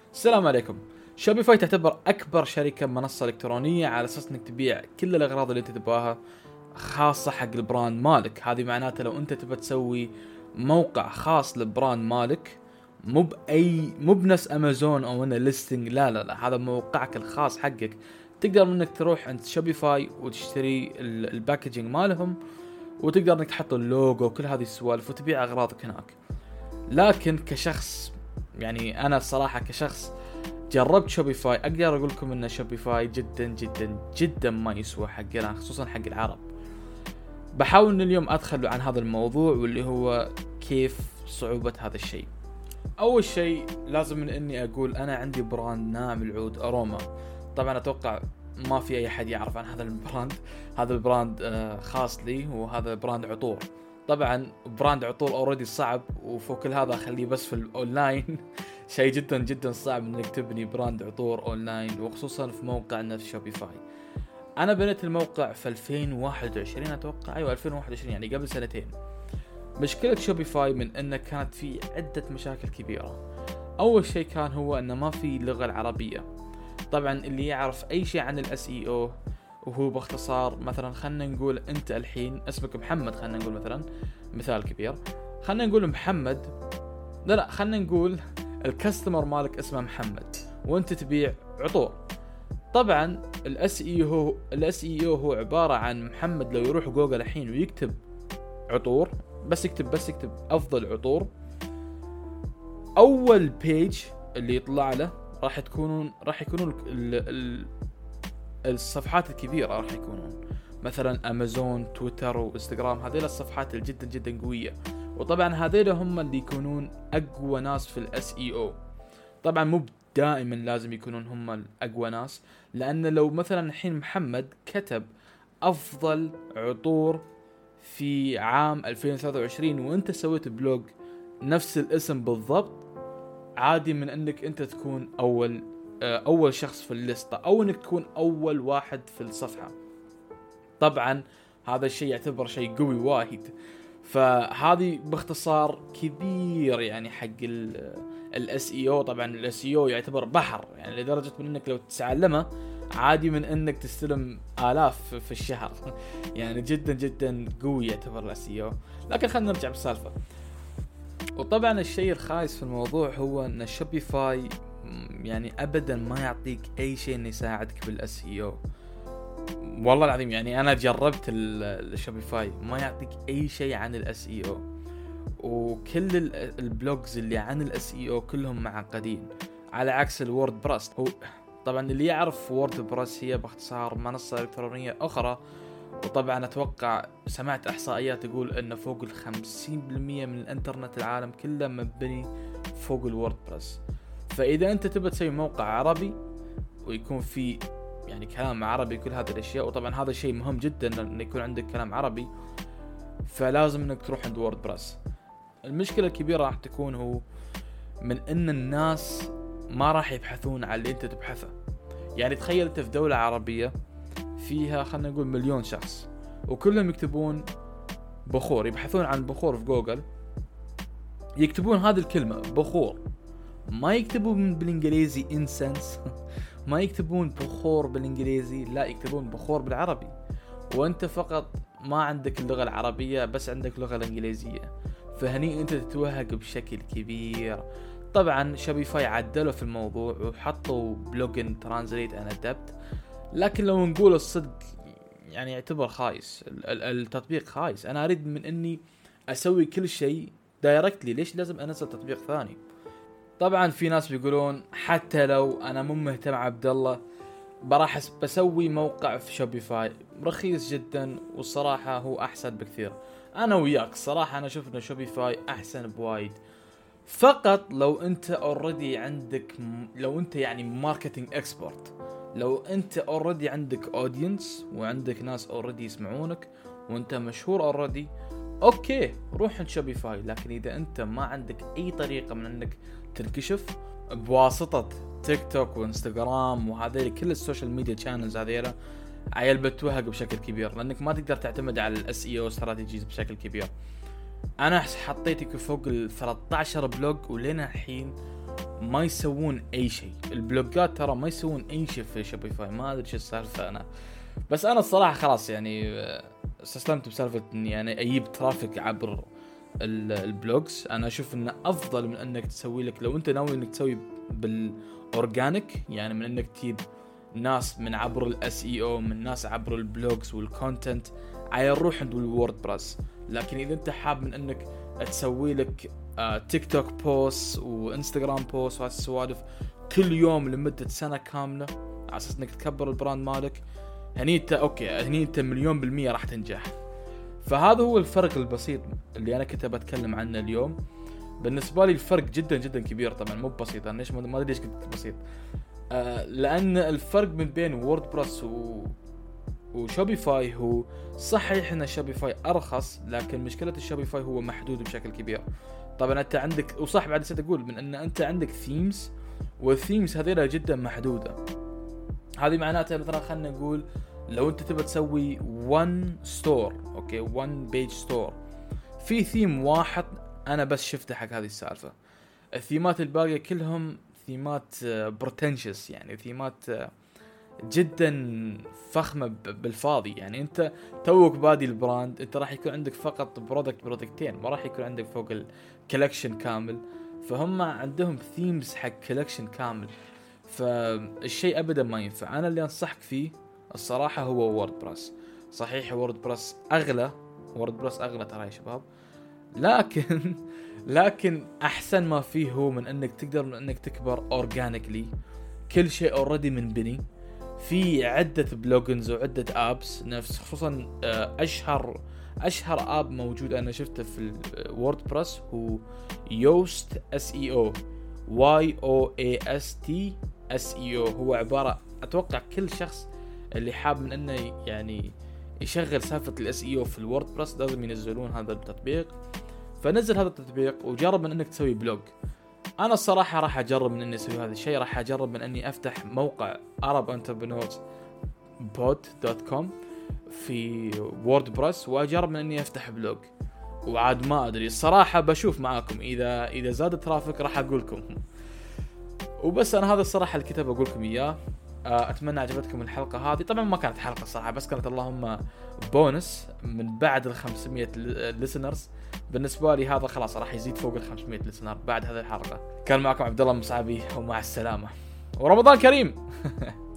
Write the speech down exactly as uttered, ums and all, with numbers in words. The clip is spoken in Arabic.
السلام عليكم. شوبيفاي تعتبر أكبر شركة منصة إلكترونية على أساس إنك تبيع كل الأغراض اللي أنت تبغاها خاصة حق البراند مالك. هذه معناته لو أنت تبى تسوي موقع خاص للبراند مالك، مو بأي مو بنفس أمازون أو إنه ليستنج، لا لا لا، هذا موقعك الخاص حقك. تقدر منك تروح عند شوبيفاي وتشتري الباكجينج مالهم، وتقدر إنك تحط اللوجو وكل هذه السوالف وتبيع أغراضك هناك. لكن كشخص، يعني أنا الصراحة كشخص جربت شوبيفاي، أقدر أقول لكم إن شوبيفاي جدا جدا جدا ما يسوى حقنا، خصوصا حق العرب. بحاول إن اليوم أدخل عن هذا الموضوع، واللي هو كيف صعوبة هذا الشيء. أول شيء لازم من إني أقول أنا عندي براند ناعم العود أروما. طبعا أتوقع ما في أي حد يعرف عن هذا البراند. هذا البراند خاص لي، وهذا براند عطور. طبعا براند عطور اوريدي صعب، وفوق كل هذا اخليه بس في الاونلاين. شيء جدا جدا صعب انك تبني براند عطور اونلاين، وخصوصا في موقعنا في شوبيفاي. انا بنيت الموقع في ألفين وواحد وعشرين اتوقع، ايوه ألفين وواحد وعشرين، يعني قبل سنتين. مشكلة شوبيفاي من انه كانت في عدة مشاكل كبيرة. اول شيء كان هو انه ما في لغة العربية. طبعا اللي يعرف اي شيء عن الاس اي او، وهو باختصار مثلا خلنا نقول انت الحين اسمك محمد، خلنا نقول مثلا مثال كبير، خلنا نقول محمد، لا لا خلنا نقول الكاستمر مالك اسمه محمد وانت تبيع عطور. طبعا الاس اي هو الاس اي او هو عبارة عن محمد لو يروح جوجل الحين ويكتب عطور، بس يكتب بس يكتب افضل عطور، اول بيج اللي يطلع له راح تكونون راح يكونون ال ال الصفحات الكبيرة، راح يكونون مثلا امازون، تويتر وانستغرام. هذيل الصفحات الجدا جدا قوية، وطبعا هذيل هم اللي يكونون اقوى ناس في الاس اي او. طبعا مو دائما لازم يكونون هم الاقوى ناس، لان لو مثلا الحين محمد كتب افضل عطور في عام ألفين وثلاثة وعشرين وانت سويت بلوج نفس الاسم بالضبط، عادي من انك انت تكون اول اول شخص في الليسته، او انك تكون اول واحد في الصفحة. طبعا هذا الشيء يعتبر شيء قوي وايد. فهذه باختصار كبير يعني حق الاس اي او. طبعا الاس اي او يعتبر بحر، يعني لدرجة من انك لو تتعلمه عادي من انك تستلم آلاف في الشهر. يعني جدا جدا قوي يعتبر الاس اي او. لكن خلينا نرجع بالسالفة. وطبعا الشيء الخايس في الموضوع هو ان شوبيفاي يعني ابدا ما يعطيك اي شيء انه يساعدك بالاس اي او. والله العظيم يعني انا جربت الشوبيفاي ما يعطيك اي شيء عن الاس اي او، وكل البلوجز اللي عن الاس اي او كلهم معقدين، على عكس الوورد بريس. هو طبعا اللي يعرف وورد بريس هي باختصار منصة الكترونية اخرى، وطبعا اتوقع سمعت احصائيات تقول ان فوق الخمسين بالمية من الانترنت العالم كله مبني فوق الوورد بريس. فاذا انت تبى تسوي موقع عربي ويكون فيه يعني كلام عربي كل هذه الاشياء، وطبعا هذا شيء مهم جدا ان يكون عندك كلام عربي، فلازم انك تروح عند وورد بريس. المشكلة الكبيرة راح تكون هو من ان الناس ما راح يبحثون عن اللي انت تبحثه. يعني تخيل انت في دولة عربية فيها خلنا نقول مليون شخص، وكلهم يكتبون بخور، يبحثون عن بخور في جوجل، يكتبون هذه الكلمة بخور، ما يكتبون بالانجليزي انسنس، ما يكتبون بخور بالانجليزي، لا يكتبون بخور بالعربي. وانت فقط ما عندك اللغة العربية، بس عندك اللغة الانجليزية، فهني انت تتوهق بشكل كبير. طبعا شوبيفاي عدلوا في الموضوع وحطوا بلوجن ترانزليت اند ادابت، لكن لو نقول الصدق يعني يعتبر خايس التطبيق، خايس. انا اريد من اني اسوي كل شيء دايركتلي، ليش لازم انزل تطبيق ثاني؟ طبعا في ناس بيقولون حتى لو انا مو مهتم عبد الله براح بسوي موقع في شوبيفاي رخيص جدا، والصراحة هو احسن بكثير. انا وياك الصراحة انا اشوف ان شوبيفاي احسن بوايد، فقط لو انت اوريدي عندك، لو انت يعني ماركتينج اكسبرت، لو انت اوريدي عندك اودينس وعندك ناس اوريدي يسمعونك وانت مشهور اوريدي، اوكي روح عند شوبيفاي. لكن اذا انت ما عندك اي طريقة من انك تنكشف بواسطة تيك توك وانستغرام وهذيل كل السوشيال ميديا شانلز هذيلا، عيال بتوهق بشكل كبير، لانك ما تقدر تعتمد على الاس اي او استراتيجيز بشكل كبير. انا حطيتك فوق ال ثلاثة عشر بلوج ولين الحين ما يسوون اي شيء. البلوجات ترى ما يسوون اي شيء في شوبيفاي، ما ادري شو السالفه انا. بس انا الصراحه خلاص يعني استسلمت بسالفه اني يعني اجيب ترافيك عبر البلوجز. انا اشوف انه افضل من انك تسوي لك، لو انت ناوي انك تسوي بالاورجانيك، يعني من انك تجيب ناس من عبر الاس اي او، من ناس عبر البلوجز والكونتنت، على نروح عند الووردبريس. لكن اذا انت حاب من انك تسوي لك آه تيك توك بوست وانستغرام بوست وهالسوالف كل يوم لمدة سنة كاملة على اساس انك تكبر البراند مالك، هني انت اوكي، هني انت مليون بالمية راح تنجح. فهذا هو الفرق البسيط اللي انا كنت بتكلم عنه اليوم. بالنسبة لي الفرق جدا جدا كبير، طبعا مو بسيط. انا ليش ما ادري ليش قلت بسيط، آه لان الفرق من بين ووردبريس و وشوبيفاي هو صحيح ان شوبيفاي ارخص، لكن مشكلة الشوبيفاي هو محدود بشكل كبير. طبعا انت عندك، وصح بعد نسيت اقول، من ان انت عندك ثيمز، والثيمز هذيلا جدا محدودة. هذه معناتها مثلا خلنا نقول لو انت تبى تسوي one store، اوكي one page store، في ثيم واحد انا بس شفته حق هذه السالفة. الثيمات الباقية كلهم ثيمات pretentious، يعني ثيمات جدا فخمة بالفاضي. يعني انت توك بادي البراند، انت راح يكون عندك فقط برودكت برودكتين، ما راح يكون عندك فوق الكولكشن كامل. فهم عندهم ثيمز حق كولكشن كامل، فالشيء ابدا ما ينفع. انا اللي انصحك فيه الصراحة هو ووردبريس. صحيح ووردبريس اغلى، ووردبريس اغلى ترى يا شباب، لكن لكن احسن ما فيه هو من انك تقدر من انك تكبر اورجانيكلي. كل شيء اوريدي من بني، في عدة بلوجنز وعدة ابس، نفس خصوصا اشهر اشهر اب موجود انا شفته في الووردبريس هو يوست اس اي او، واي او اي اس تي اس اي او. هو عبارة، اتوقع كل شخص اللي حاب من انه يعني يشغل سالفة الاس اي او في الووردبريس لازم ينزلون هذا التطبيق. فنزل هذا التطبيق وجرب من انك تسوي بلوج. انا الصراحة راح اجرب من اني اسوي هذا الشيء، راح اجرب من اني افتح موقع arab entrepreneurs pod dot com في ووردبريس، واجرب من اني افتح بلوج. وعاد ما ادري الصراحة، بشوف معاكم اذا اذا زاد الترافيك راح اقولكم. وبس انا هذا الصراحة اللي كنت بقول لكم اياه. اتمنى عجبتكم الحلقة هذه. طبعا ما كانت حلقة صراحة، بس كانت اللهم بونس من بعد ال خمسمية listeners. بالنسبة لي هذا خلاص راح يزيد فوق ال خمسمية listener بعد هذه الحلقة. كان معكم عبد الله المصعبي، ومع السلامة، ورمضان كريم.